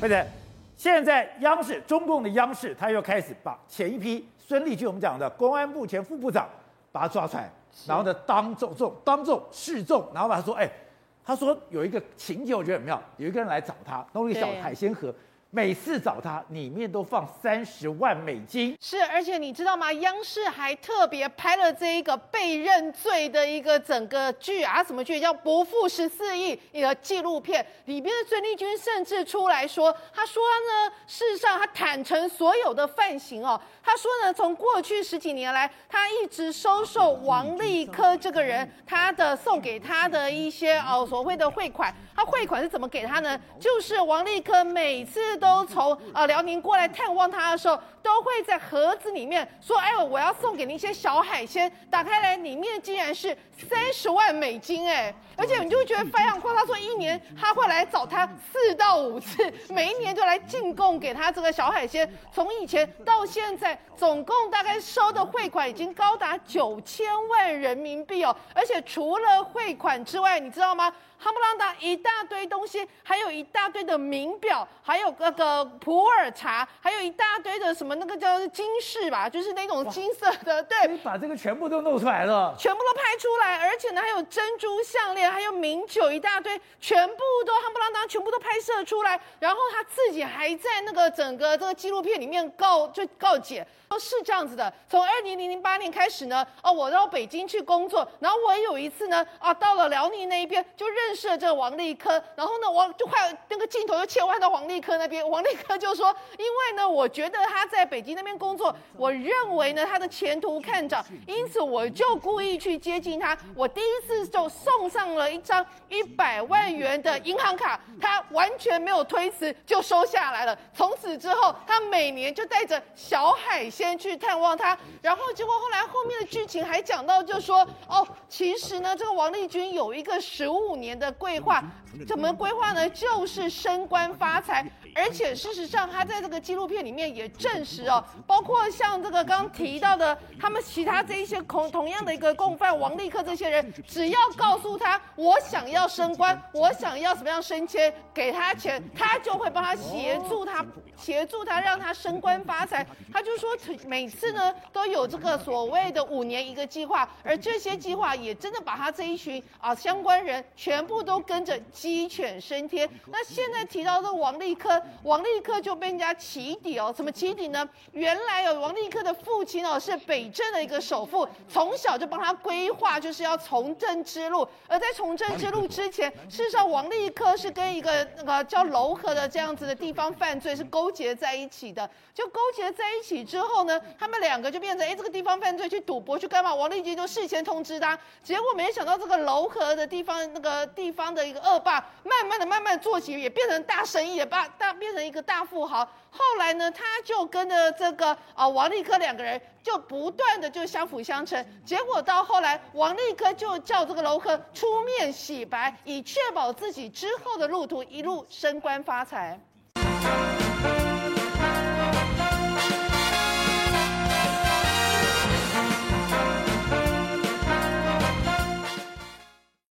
或者现在央视中共的央视，他又开始把前一批孙立军我们讲的公安部前副部长把他抓出来，然后呢当众示众，然后把他说，他说有一个情节我觉得很妙，有一个人来找他，弄一个小海鲜盒。每次找他，里面都放30万美金。 是，而且你知道吗？央视还特别拍了这一个被认罪的一个整个剧啊，什么剧叫《不负14亿》一个纪录片，里边的孙立军甚至出来说，他说呢，事实上他坦诚所有的犯行哦。他说呢，从过去10几年来，他一直收受王立科这个人他的送给他的一些所谓的汇款。他汇款是怎么给他呢？就是王立科每次都从辽宁过来探望他的时候，都会在盒子里面说：“哎呦，我要送给你一些小海鲜。”打开来，里面竟然是30万美金哎！而且你就会觉得非常夸张，他说1年他会来找他4到5次，每一年都来进贡给他这个小海鲜。从以前到现在，总共大概收的汇款已经高达9000万人民币哦！而且除了汇款之外，你知道吗？夯不啷当一大堆东西，还有一大堆的名表，还有那个普洱茶，还有一大堆的什么那个叫金饰吧，就是那种金色的，对， 你把这个全部都弄出来了， 全部都拍出来，而且呢还有珍珠项链，还有名酒一大堆，全部都夯不啷当，全部都拍摄出来。然后他自己还在那个整个这个纪录片里面告解。是这样子的，从2008年开始呢，我到北京去工作，然后我有一次呢，到了辽宁那一边就认识了这个王立科，然后呢，我就快那个镜头就切换到王立科那边，王立科就说，因为呢，我觉得他在北京那边工作，我认为呢他的前途看涨，因此我就故意去接近他，我第一次就送上了一张100万元的银行卡，他完全没有推辞就收下来了，从此之后他每年就带着小海鲜去探望他，然后结果后面的剧情还讲到，就说其实呢，这个王立军有一个15年的规划，怎么规划呢？就是升官发财。而且事实上，他在这个纪录片里面也证实包括像这个刚提到的，他们其他这一些同样的一个共犯王立科这些人，只要告诉他我想要升官，我想要什么样升迁，给他钱，他就会帮他协助他让他升官发财。他就说每次呢都有这个所谓的5年一个计划，而这些计划也真的把他这一群相关人全部都跟着鸡犬升天。那现在提到的王立科就被人家起底什么起底呢？原来王立科的父亲是北郑的一个首富，从小就帮他规划就是要从政之路。而在从政之路之前，事实上王立科是跟一个那个叫楼河的这样子的地方犯罪是勾结在一起的。就勾结在一起之后呢，他们2个就变成这个地方犯罪去赌博去干嘛？王立军就事先通知他，结果没想到这个楼河的地方那个地方的一个恶霸，慢慢做起也变成大生意，也变成一个大富豪。后来呢，他就跟着这个王立科2个人就不断的就相辅相成，结果到后来王立科就叫这个楼河出面洗白，以确保自己之后的路途一路升官发财。